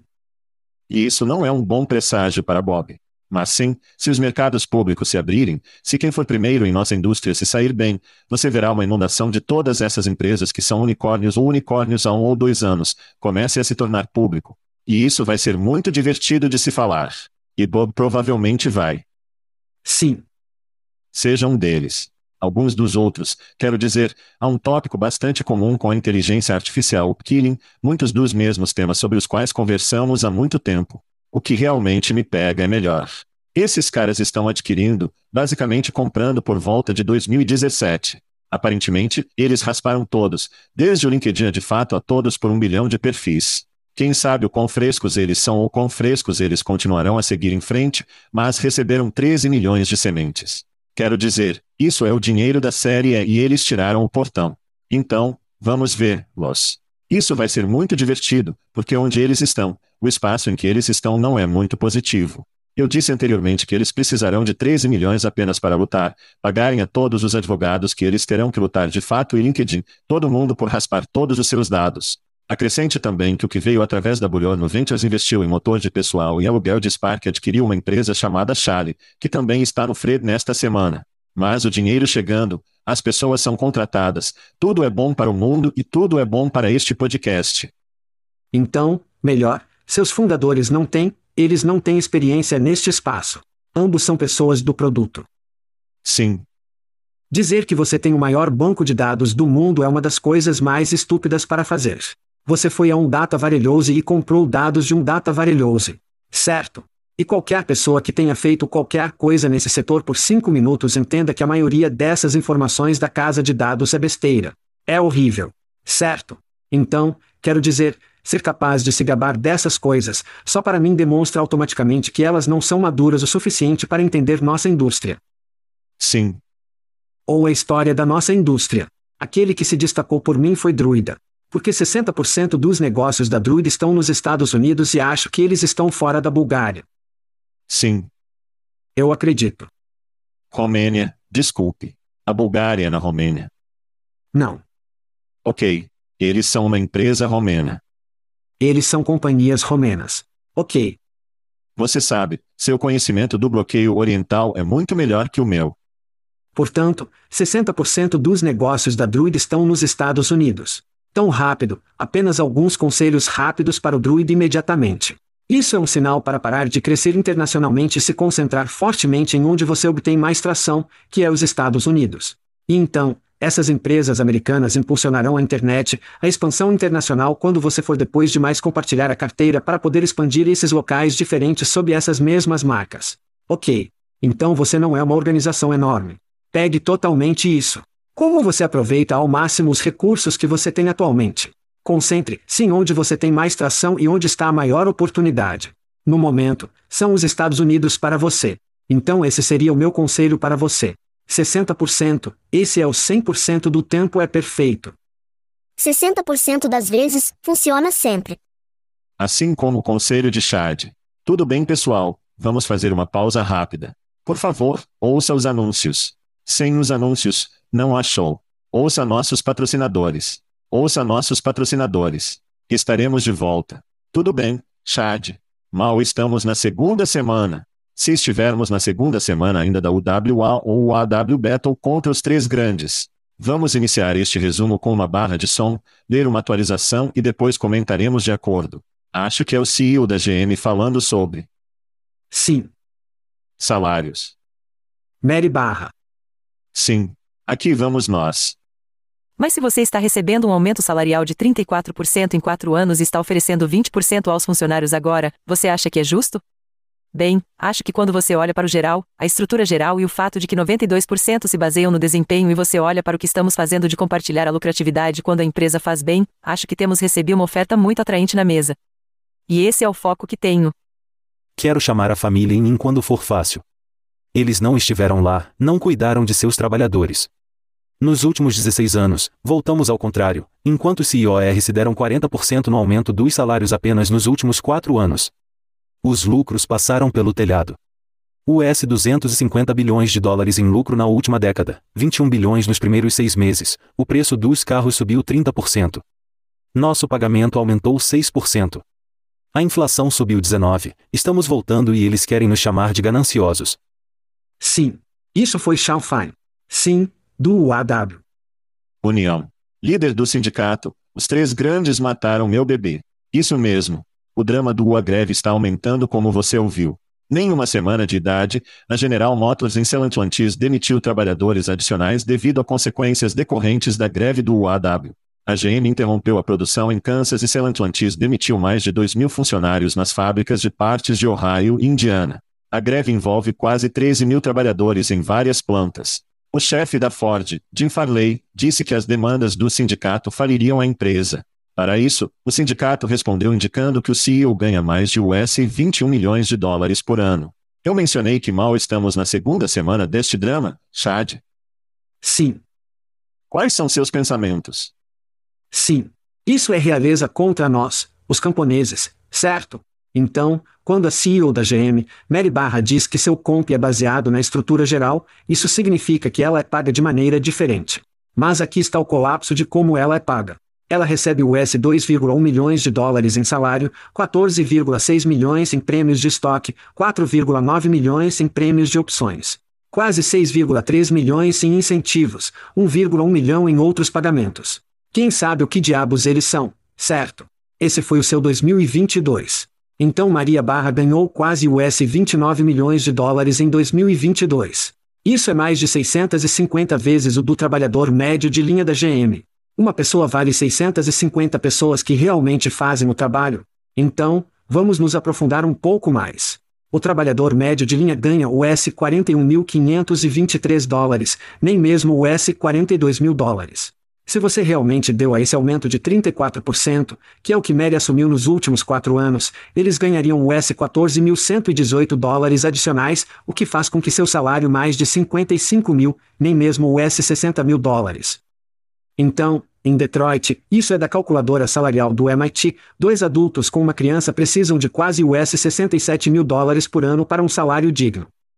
E isso não é um bom presságio para Bob. Mas sim, se os mercados públicos se abrirem, se quem for primeiro em nossa indústria se sair bem, você verá uma inundação de todas essas empresas que são unicórnios ou unicórnios há 1 ou 2 anos, comece a se tornar público. E isso vai ser muito divertido de se falar. E Bob provavelmente vai. Sim. Seja um deles. Alguns dos outros, quero dizer, há um tópico bastante comum com a inteligência artificial upskilling, muitos dos mesmos temas sobre os quais conversamos há muito tempo. O que realmente me pega é melhor. Esses caras estão adquirindo, basicamente comprando por volta de 2017. Aparentemente, eles rasparam todos, desde o LinkedIn de fato a todos por 1 bilhão de perfis. Quem sabe o quão frescos eles são ou quão frescos eles continuarão a seguir em frente, mas receberam 13 milhões de sementes. Quero dizer, isso é o dinheiro da série E e eles tiraram o portão. Então, vamos ver-los. Isso vai ser muito divertido, porque onde eles estão, o espaço em que eles estão não é muito positivo. Eu disse anteriormente que eles precisarão de 13 milhões apenas para lutar, pagarem a todos os advogados que eles terão que lutar de fato e LinkedIn, todo mundo por raspar todos os seus dados. Acrescente também que o que veio através da Bullion Ventures investiu em motor de pessoal e aluguel de Spark adquiriu uma empresa chamada Chale, que também está no Fred nesta semana. Mas o dinheiro chegando, as pessoas são contratadas, tudo é bom para o mundo e tudo é bom para este podcast. Então, melhor, seus fundadores eles não têm experiência neste espaço. Ambos são pessoas do produto. Sim. Dizer que você tem o maior banco de dados do mundo é uma das coisas mais estúpidas para fazer. Você foi a um data warehouse e comprou dados de um data warehouse. Certo? E qualquer pessoa que tenha feito qualquer coisa nesse setor por 5 minutos entenda que a maioria dessas informações da casa de dados é besteira. É horrível. Certo? Então, quero dizer, ser capaz de se gabar dessas coisas, só para mim demonstra automaticamente que elas não são maduras o suficiente para entender nossa indústria. Sim. Ou a história da nossa indústria. Aquele que se destacou por mim foi Druida. Porque 60% dos negócios da Druida estão nos Estados Unidos e acho que eles estão fora da Bulgária. Sim. Eu acredito. Romênia, desculpe. A Bulgária na Romênia. Não. Ok. Eles são uma empresa romena. Eles são companhias romenas. Ok. Você sabe, seu conhecimento do bloqueio oriental é muito melhor que o meu. Portanto, 60% dos negócios da Druid estão nos Estados Unidos. Tão rápido, apenas alguns conselhos rápidos para o Druid imediatamente. Isso é um sinal para parar de crescer internacionalmente e se concentrar fortemente em onde você obtém mais tração, que é os Estados Unidos. E então, essas empresas americanas impulsionarão a internet, a expansão internacional quando você for depois de mais compartilhar a carteira para poder expandir esses locais diferentes sob essas mesmas marcas. Ok. Então você não é uma organização enorme. Pegue totalmente isso. Como você aproveita ao máximo os recursos que você tem atualmente? Concentre-se em onde você tem mais tração e onde está a maior oportunidade. No momento, são os Estados Unidos para você. Então esse seria o meu conselho para você. 60%, esse é o 100% do tempo é perfeito. 60% das vezes, funciona sempre. Assim como o conselho de Chad. Tudo bem, pessoal, vamos fazer uma pausa rápida. Por favor, ouça os anúncios. Sem os anúncios, não há show. Ouça nossos patrocinadores. Ouça nossos patrocinadores. Estaremos de volta. Tudo bem, Chad. Mal estamos na segunda semana. Se estivermos na segunda semana ainda da UWA ou o AW Battle contra os três grandes. Vamos iniciar este resumo com uma barra de som, ler uma atualização e depois comentaremos de acordo. Acho que é o CEO da GM falando sobre. Sim. Salários. Mary Barra. Sim. Aqui vamos nós. Mas se você está recebendo um aumento salarial de 34% em 4 anos e está oferecendo 20% aos funcionários agora, você acha que é justo? Bem, acho que quando você olha para o geral, a estrutura geral e o fato de que 92% se baseiam no desempenho e você olha para o que estamos fazendo de compartilhar a lucratividade quando a empresa faz bem, acho que temos recebido uma oferta muito atraente na mesa. E esse é o foco que tenho. Quero chamar a família em mim quando for fácil. Eles não estiveram lá, não cuidaram de seus trabalhadores. Nos últimos 16 anos, voltamos ao contrário, enquanto os CEOs deram 40% no aumento dos salários apenas nos últimos 4 anos. Os lucros passaram pelo telhado. US$ 250 bilhões de dólares em lucro na última década, 21 bilhões nos primeiros 6 meses, o preço dos carros subiu 30%. Nosso pagamento aumentou 6%. A inflação subiu 19%, estamos voltando e eles querem nos chamar de gananciosos. Sim. Isso foi Sean Fine. Sim, do UAW. União. Líder do sindicato, os três grandes mataram meu bebê. Isso mesmo. O drama do UA greve está aumentando como você ouviu. Nem uma semana de idade, a General Motors em Stellantis demitiu trabalhadores adicionais devido a consequências decorrentes da greve do UAW. A GM interrompeu a produção em Kansas e Stellantis demitiu mais de 2.000 funcionários nas fábricas de partes de Ohio e Indiana. A greve envolve quase 13.000 trabalhadores em várias plantas. O chefe da Ford, Jim Farley, disse que as demandas do sindicato faliriam a empresa. Para isso, o sindicato respondeu indicando que o CEO ganha mais de US$ 21 milhões de dólares por ano. Eu mencionei que mal estamos na segunda semana deste drama, Chad? Sim. Quais são seus pensamentos? Sim. Isso é realeza contra nós, os camponeses, certo? Então, quando a CEO da GM, Mary Barra diz que seu comp é baseado na estrutura geral, isso significa que ela é paga de maneira diferente. Mas aqui está o colapso de como ela é paga. Ela recebe US$ 2,1 milhões de dólares em salário, 14,6 milhões em prêmios de estoque, 4,9 milhões em prêmios de opções. Quase 6,3 milhões em incentivos, 1,1 milhão em outros pagamentos. Quem sabe o que diabos eles são, certo? Esse foi o seu 2022. Então Maria Barra ganhou quase US$ 29 milhões de dólares em 2022. Isso é mais de 650 vezes o do trabalhador médio de linha da GM. Uma pessoa vale 650 pessoas que realmente fazem o trabalho. Então, vamos nos aprofundar um pouco mais. O trabalhador médio de linha ganha US$ 41.523 dólares, nem mesmo US$ 42 mil dólares. Se você realmente deu a esse aumento de 34%, que é o que Mary assumiu nos últimos 4 anos, eles ganhariam US$ 14.118 dólares adicionais, o que faz com que seu salário mais de 55 mil, nem mesmo US$ 60 mil dólares. Então, em Detroit, isso é da calculadora salarial do MIT, 2 adultos com uma criança precisam de quase US$ 67 mil dólares por ano para um salário digno.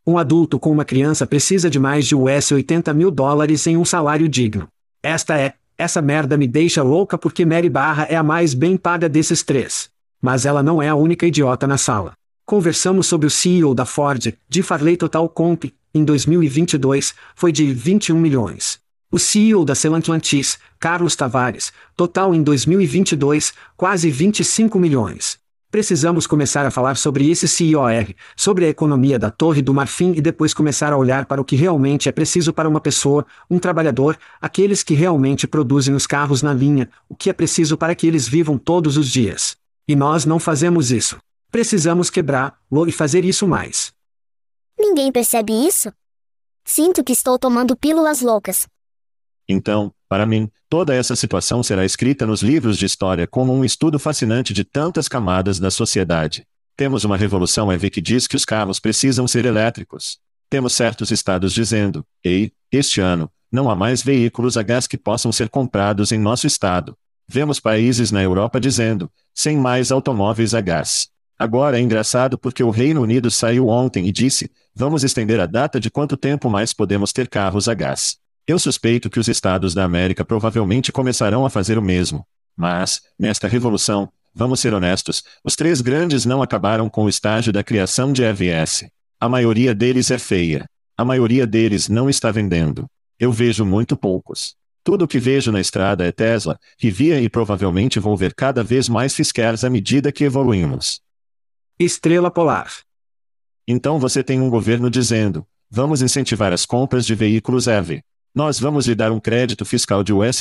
Um adulto com uma criança precisa de mais de US$ 80 mil em um salário digno. Essa merda me deixa louca porque Mary Barra é a mais bem paga desses três. Mas ela não é a única idiota na sala. Conversamos sobre o CEO da Ford, de Farley Total Comp, em 2022, foi de 21 milhões. O CEO da Stellantis, Carlos Tavares, total em 2022, quase 25 milhões. Precisamos começar a falar sobre esse CIOR, sobre a economia da Torre do Marfim e depois começar a olhar para o que realmente é preciso para uma pessoa, um trabalhador, aqueles que realmente produzem os carros na linha, o que é preciso para que eles vivam todos os dias. E nós não fazemos isso. Precisamos quebrar-lo e fazer isso mais. Ninguém percebe isso? Sinto que estou tomando pílulas loucas. Então, para mim, toda essa situação será escrita nos livros de história como um estudo fascinante de tantas camadas da sociedade. Temos uma revolução EV que diz que os carros precisam ser elétricos. Temos certos estados dizendo, ei, este ano, não há mais veículos a gás que possam ser comprados em nosso estado. Vemos países na Europa dizendo, sem mais automóveis a gás. Agora é engraçado porque o Reino Unido saiu ontem e disse, vamos estender a data de quanto tempo mais podemos ter carros a gás. Eu suspeito que os estados da América provavelmente começarão a fazer o mesmo. Mas, nesta revolução, vamos ser honestos, os três grandes não acabaram com o estágio da criação de EVs. A maioria deles é feia. A maioria deles não está vendendo. Eu vejo muito poucos. Tudo o que vejo na estrada é Tesla, Rivian e provavelmente vou ver cada vez mais Fiskars à medida que evoluímos. Estrela polar. Então você tem um governo dizendo, vamos incentivar as compras de veículos EV. Nós vamos lhe dar um crédito fiscal de US$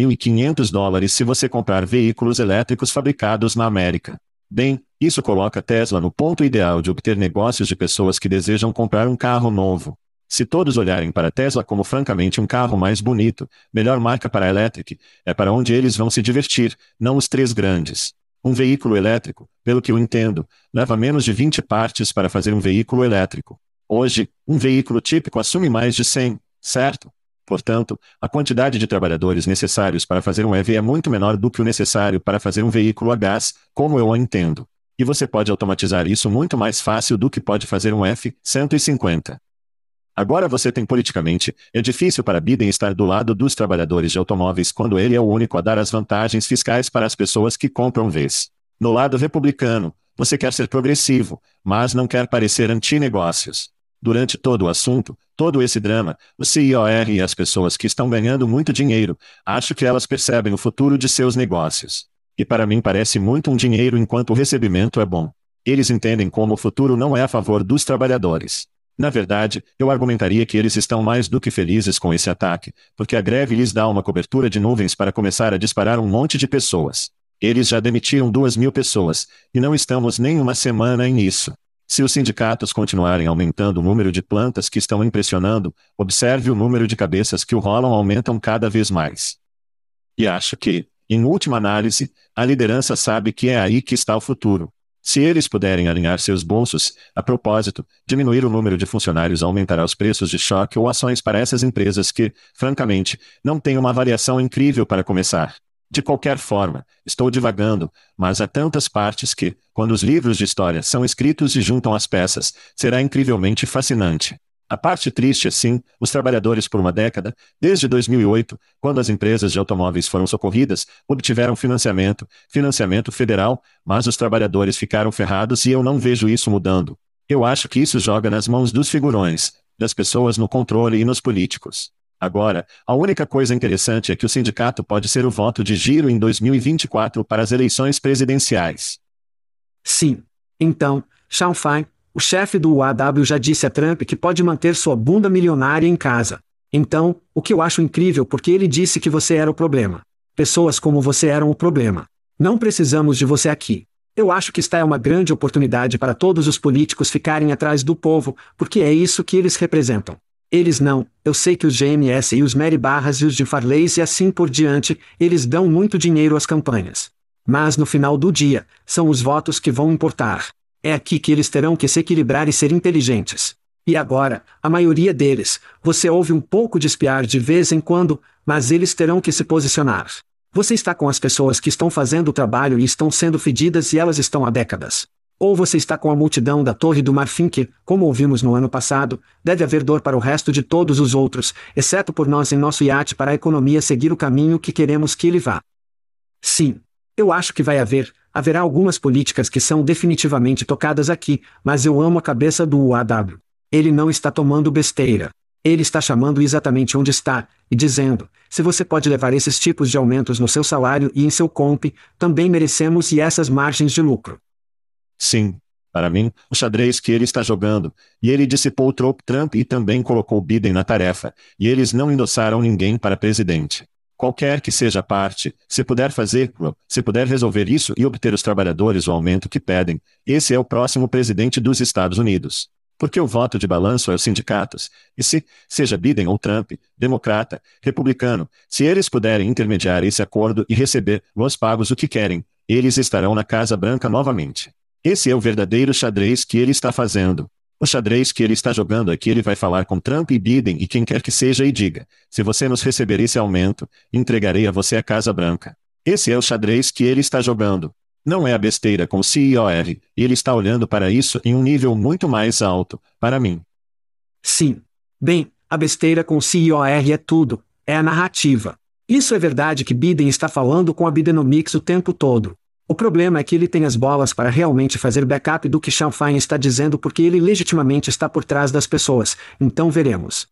7.500 se você comprar veículos elétricos fabricados na América. Bem, isso coloca Tesla no ponto ideal de obter negócios de pessoas que desejam comprar um carro novo. Se todos olharem para Tesla como francamente um carro mais bonito, melhor marca para a Electric, é para onde eles vão se divertir, não os três grandes. Um veículo elétrico, pelo que eu entendo, leva menos de 20 partes para fazer um veículo elétrico. Hoje, um veículo típico assume mais de 100, certo? Portanto, a quantidade de trabalhadores necessários para fazer um EV é muito menor do que o necessário para fazer um veículo a gás, como eu o entendo. E você pode automatizar isso muito mais fácil do que pode fazer um F-150. Agora você tem politicamente, é difícil para Biden estar do lado dos trabalhadores de automóveis quando ele é o único a dar as vantagens fiscais para as pessoas que compram Vs. No lado republicano, você quer ser progressivo, mas não quer parecer anti-negócios. Durante todo o assunto, todo esse drama, o CIOR e as pessoas que estão ganhando muito dinheiro, acho que elas percebem o futuro de seus negócios. E para mim parece muito um dinheiro enquanto o recebimento é bom. Eles entendem como o futuro não é a favor dos trabalhadores. Na verdade, eu argumentaria que eles estão mais do que felizes com esse ataque, porque a greve lhes dá uma cobertura de nuvens para começar a disparar um monte de pessoas. Eles já demitiram 2.000 pessoas, e não estamos nem uma semana nisso. Se os sindicatos continuarem aumentando o número de plantas que estão impressionando, observe o número de cabeças que o rolam aumentam cada vez mais. E acho que, em última análise, a liderança sabe que é aí que está o futuro. Se eles puderem alinhar seus bolsos, a propósito, diminuir o número de funcionários aumentará os preços de choque ou ações para essas empresas que, francamente, não têm uma variação incrível para começar. De qualquer forma, estou divagando, mas há tantas partes que, quando os livros de história são escritos e juntam as peças, será incrivelmente fascinante. A parte triste é sim, os trabalhadores por uma década, desde 2008, quando as empresas de automóveis foram socorridas, obtiveram financiamento federal, mas os trabalhadores ficaram ferrados e eu não vejo isso mudando. Eu acho que isso joga nas mãos dos figurões, das pessoas no controle e nos políticos. Agora, a única coisa interessante é que o sindicato pode ser o voto de giro em 2024 para as eleições presidenciais. Sim. Então, Sean Fein, o chefe do UAW já disse a Trump que pode manter sua bunda milionária em casa. Então, o que eu acho incrível porque ele disse que você era o problema. Pessoas como você eram o problema. Não precisamos de você aqui. Eu acho que esta é uma grande oportunidade para todos os políticos ficarem atrás do povo, porque é isso que eles representam. Eles não, eu sei que os GMS e os Mary Barras e os de Farleys e assim por diante, eles dão muito dinheiro às campanhas. Mas no final do dia, são os votos que vão importar. É aqui que eles terão que se equilibrar e ser inteligentes. E agora, a maioria deles, você ouve um pouco de espiar de vez em quando, mas eles terão que se posicionar. Você está com as pessoas que estão fazendo o trabalho e estão sendo fedidas e elas estão há décadas. Ou você está com a multidão da Torre do Marfim que, como ouvimos no ano passado, deve haver dor para o resto de todos os outros, exceto por nós em nosso iate para a economia seguir o caminho que queremos que ele vá. Sim. Eu acho que haverá algumas políticas que são definitivamente tocadas aqui, mas eu amo a cabeça do UAW. Ele não está tomando besteira. Ele está chamando exatamente onde está, e dizendo, se você pode levar esses tipos de aumentos no seu salário e em seu comp, também merecemos e essas margens de lucro. Sim. Para mim, o xadrez que ele está jogando, e ele dissipou o Trump e também colocou Biden na tarefa, e eles não endossaram ninguém para presidente. Qualquer que seja a parte, se puder fazê-lo, se puder resolver isso e obter os trabalhadores o aumento que pedem, esse é o próximo presidente dos Estados Unidos. Porque o voto de balanço é os sindicatos, e seja Biden ou Trump, democrata, republicano, se eles puderem intermediar esse acordo e receber os pagos o que querem, eles estarão na Casa Branca novamente. Esse é o verdadeiro xadrez que ele está fazendo. O xadrez que ele está jogando é que ele vai falar com Trump e Biden e quem quer que seja e diga, se você nos receber esse aumento, entregarei a você a Casa Branca. Esse é o xadrez que ele está jogando. Não é a besteira com o CIOR, ele está olhando para isso em um nível muito mais alto, para mim. Sim. Bem, a besteira com o CIOR é tudo, é a narrativa. Isso é verdade que Biden está falando com a Bidenomics o tempo todo. O problema é que ele tem as bolas para realmente fazer backup do que Sean Fein está dizendo porque ele legitimamente está por trás das pessoas, então veremos.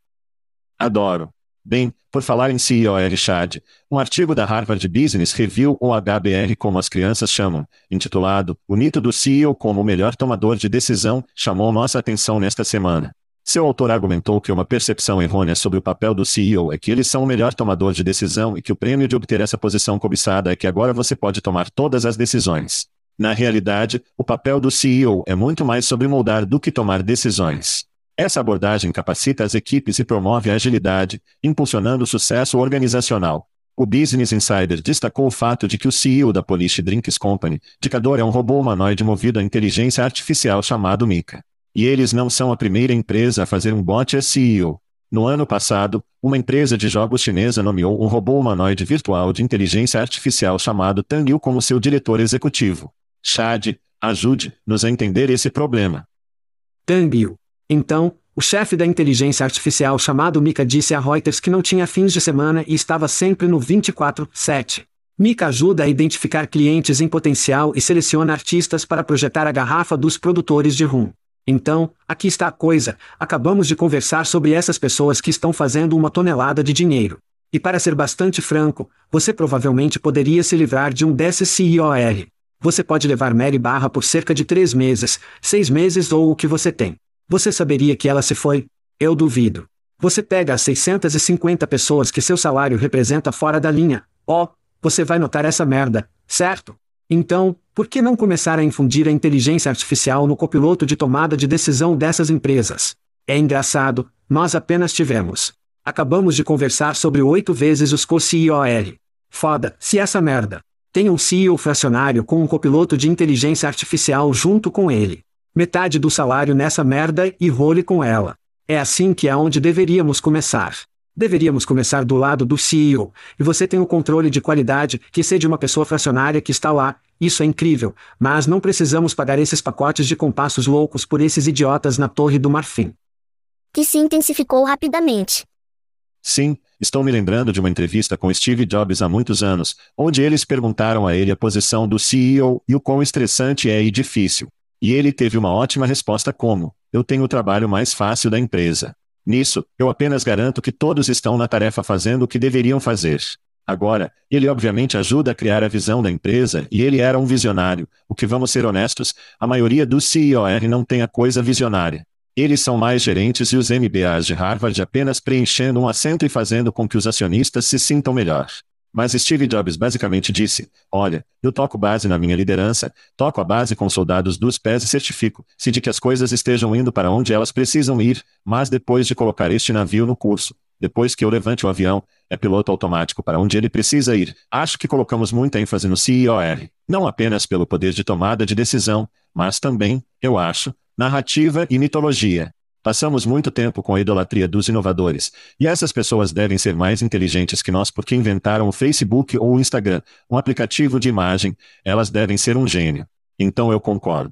Adoro. Bem, por falar em CIOR Chad, um artigo da Harvard Business Review ou HBR como as crianças chamam, intitulado O Mito do CEO como o melhor tomador de decisão, chamou nossa atenção nesta semana. Seu autor argumentou que uma percepção errônea sobre o papel do CEO é que eles são o melhor tomador de decisão e que o prêmio de obter essa posição cobiçada é que agora você pode tomar todas as decisões. Na realidade, o papel do CEO é muito mais sobre moldar do que tomar decisões. Essa abordagem capacita as equipes e promove a agilidade, impulsionando o sucesso organizacional. O Business Insider destacou o fato de que o CEO da Polish Drinks Company, indicador é um robô humanoide movido a inteligência artificial chamado Mika. E eles não são a primeira empresa a fazer um bot SEO. No ano passado, uma empresa de jogos chinesa nomeou um robô humanoide virtual de inteligência artificial chamado Tang Yu como seu diretor executivo. Chad, ajude-nos a entender esse problema. Tang Yu. Então, o chefe da inteligência artificial chamado Mika disse a Reuters que não tinha fins de semana e estava sempre no 24/7. Mika ajuda a identificar clientes em potencial e seleciona artistas para projetar a garrafa dos produtores de rum. Então, aqui está a coisa, acabamos de conversar sobre essas pessoas que estão fazendo 1 tonelada de dinheiro. E para ser bastante franco, você provavelmente poderia se livrar de um desses CIOR. Você pode levar Mary Barra por cerca de 3 meses, 6 meses ou o que você tem. Você saberia que ela se foi? Eu duvido. Você pega as 650 pessoas que seu salário representa fora da linha. Você vai notar essa merda, certo? Então, por que não começar a infundir a inteligência artificial no copiloto de tomada de decisão dessas empresas? É engraçado, nós apenas tivemos. Acabamos de conversar sobre 8 vezes os co-CIOR. Foda-se essa merda. Tem um CEO fracionário com um copiloto de inteligência artificial junto com ele. Metade do salário nessa merda e role com ela. É assim que é onde deveríamos começar. Deveríamos começar do lado do CEO, e você tem o controle de qualidade, que seja de uma pessoa fracionária que está lá, isso é incrível, mas não precisamos pagar esses pacotes de compassos loucos por esses idiotas na Torre do Marfim. Que se intensificou rapidamente. Sim, estou me lembrando de uma entrevista com Steve Jobs há muitos anos, onde eles perguntaram a ele a posição do CEO e o quão estressante é e difícil. E ele teve uma ótima resposta como, eu tenho o trabalho mais fácil da empresa. Nisso, eu apenas garanto que todos estão na tarefa fazendo o que deveriam fazer. Agora, ele obviamente ajuda a criar a visão da empresa e ele era um visionário, o que vamos ser honestos, a maioria dos CIOR não tem a coisa visionária. Eles são mais gerentes e os MBAs de Harvard apenas preenchendo um assento e fazendo com que os acionistas se sintam melhor. Mas Steve Jobs basicamente disse, olha, eu toco base na minha liderança, toco a base com soldados dos pés e certifico-se de que as coisas estejam indo para onde elas precisam ir, mas depois de colocar este navio no curso, depois que eu levante o avião, é piloto automático para onde ele precisa ir. Acho que colocamos muita ênfase no CIOR, não apenas pelo poder de tomada de decisão, mas também, eu acho, narrativa e mitologia. Passamos muito tempo com a idolatria dos inovadores, e essas pessoas devem ser mais inteligentes que nós porque inventaram o Facebook ou o Instagram, um aplicativo de imagem, elas devem ser um gênio. Então eu concordo.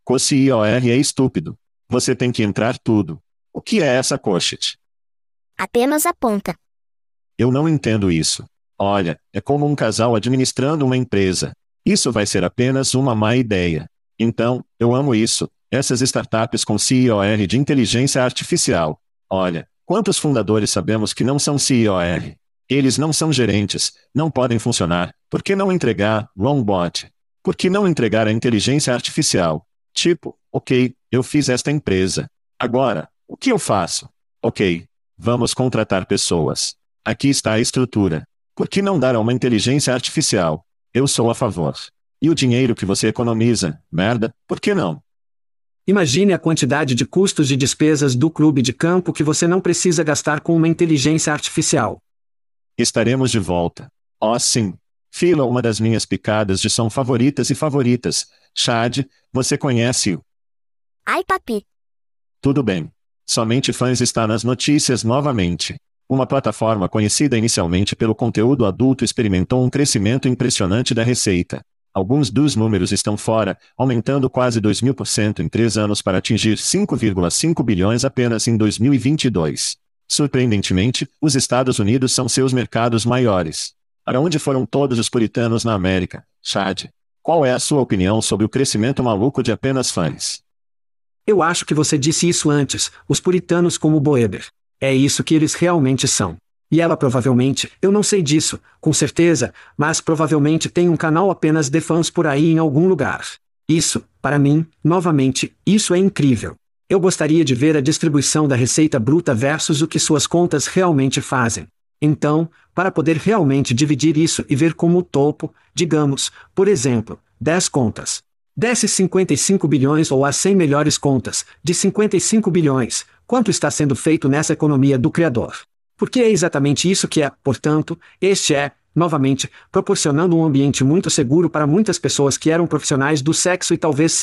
COR é estúpido. Você tem que entrar tudo. O que é essa coshit? Apenas aponta. Eu não entendo isso. Olha, é como um casal administrando uma empresa. Isso vai ser apenas uma má ideia. Então, eu amo isso. Essas startups com COR de inteligência artificial. Olha, quantos fundadores sabemos que não são COR? Eles não são gerentes, não podem funcionar. Por que não entregar Longbot? Por que não entregar a inteligência artificial? Tipo, ok, eu fiz esta empresa. Agora, o que eu faço? Ok, vamos contratar pessoas. Aqui está a estrutura. Por que não dar a uma inteligência artificial? Eu sou a favor. E o dinheiro que você economiza, merda, por que não? Imagine a quantidade de custos e despesas do clube de campo que você não precisa gastar com uma inteligência artificial. Estaremos de volta. Oh, sim. Philo, uma das minhas picadas de som favoritas e favoritas. Chad, você conhece-o? Ai, papi. Tudo bem. Somente Fãs está nas notícias novamente. Uma plataforma conhecida inicialmente pelo conteúdo adulto experimentou um crescimento impressionante da receita. Alguns dos números estão fora, aumentando quase 2000% em 3 anos para atingir 5,5 bilhões apenas em 2022. Surpreendentemente, os Estados Unidos são seus mercados maiores. Para onde foram todos os puritanos na América, Chad? Qual é a sua opinião sobre o crescimento maluco de apenas fãs? Eu acho que você disse isso antes, os puritanos como Boeber. É isso que eles realmente são. E ela provavelmente, eu não sei disso, com certeza, mas provavelmente tem um canal apenas de fãs por aí em algum lugar. Isso, para mim, novamente, isso é incrível. Eu gostaria de ver a distribuição da receita bruta versus o que suas contas realmente fazem. Então, para poder realmente dividir isso e ver como o topo, digamos, por exemplo, 10 contas. Desce 55 bilhões ou as 100 melhores contas, de 55 bilhões, quanto está sendo feito nessa economia do criador? Porque é exatamente isso que é, portanto, este é, novamente, proporcionando um ambiente muito seguro para muitas pessoas que eram profissionais do sexo e talvez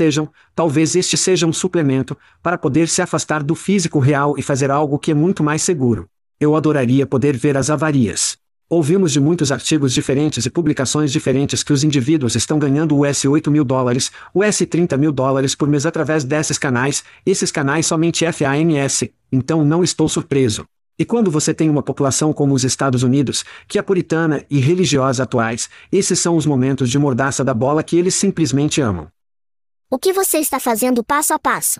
este seja um suplemento, para poder se afastar do físico real e fazer algo que é muito mais seguro. Eu adoraria poder ver as avarias. Ouvimos de muitos artigos diferentes e publicações diferentes que os indivíduos estão ganhando US $8 mil, US $30 mil por mês através desses canais, esses canais somente FANS, então não estou surpreso. E quando você tem uma população como os Estados Unidos, que é puritana e religiosa atuais, esses são os momentos de mordaça da bola que eles simplesmente amam. O que você está fazendo passo a passo?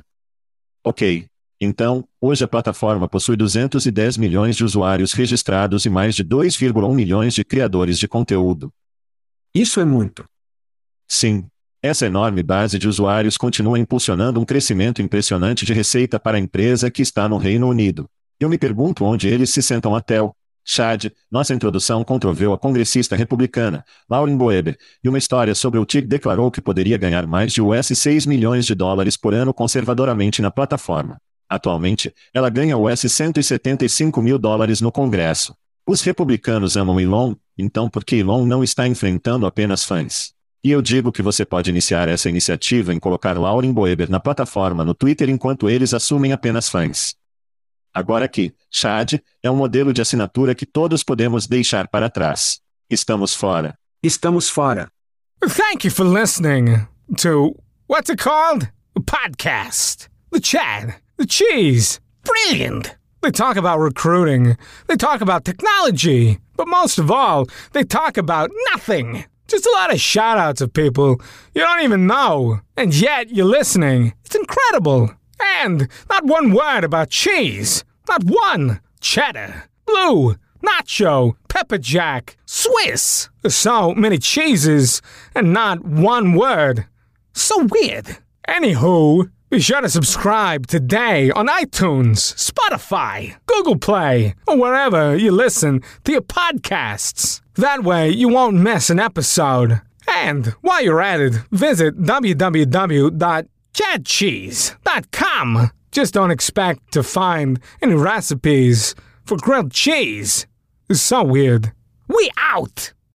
Ok. Então, hoje a plataforma possui 210 milhões de usuários registrados e mais de 2,1 milhões de criadores de conteúdo. Isso é muito. Sim. Essa enorme base de usuários continua impulsionando um crescimento impressionante de receita para a empresa que está no Reino Unido. Eu me pergunto onde eles se sentam até o... Chad, nossa introdução controveu a congressista republicana, Lauren Boeber, e uma história sobre o TIG declarou que poderia ganhar mais de US $6 milhões por ano conservadoramente na plataforma. Atualmente, ela ganha US $175 mil no Congresso. Os republicanos amam Elon, então por que Elon não está enfrentando apenas fãs? E eu digo que você pode iniciar essa iniciativa em colocar Lauren Boeber na plataforma no Twitter enquanto eles assumem apenas fãs. Agora aqui, Chad, é um modelo de assinatura que todos podemos deixar para trás. Estamos fora. Estamos fora. Thank you for listening to, what's it called? A podcast. The Chad. The Cheese. Brilliant. They talk about recruiting. They talk about technology. But most of all, they talk about nothing. Just a lot of shout-outs of people you don't even know. And yet you're listening. It's incredible. And not one word about cheese. Not one. Cheddar. Blue. Nacho. Pepper Jack. Swiss. So many cheeses and not one word. So weird. Anywho, be sure to subscribe today on iTunes, Spotify, Google Play, or wherever you listen to your podcasts. That way you won't miss an episode. And while you're at it, visit www.chadcheese.com. Just don't expect to find any recipes for grilled cheese. It's so weird. We out!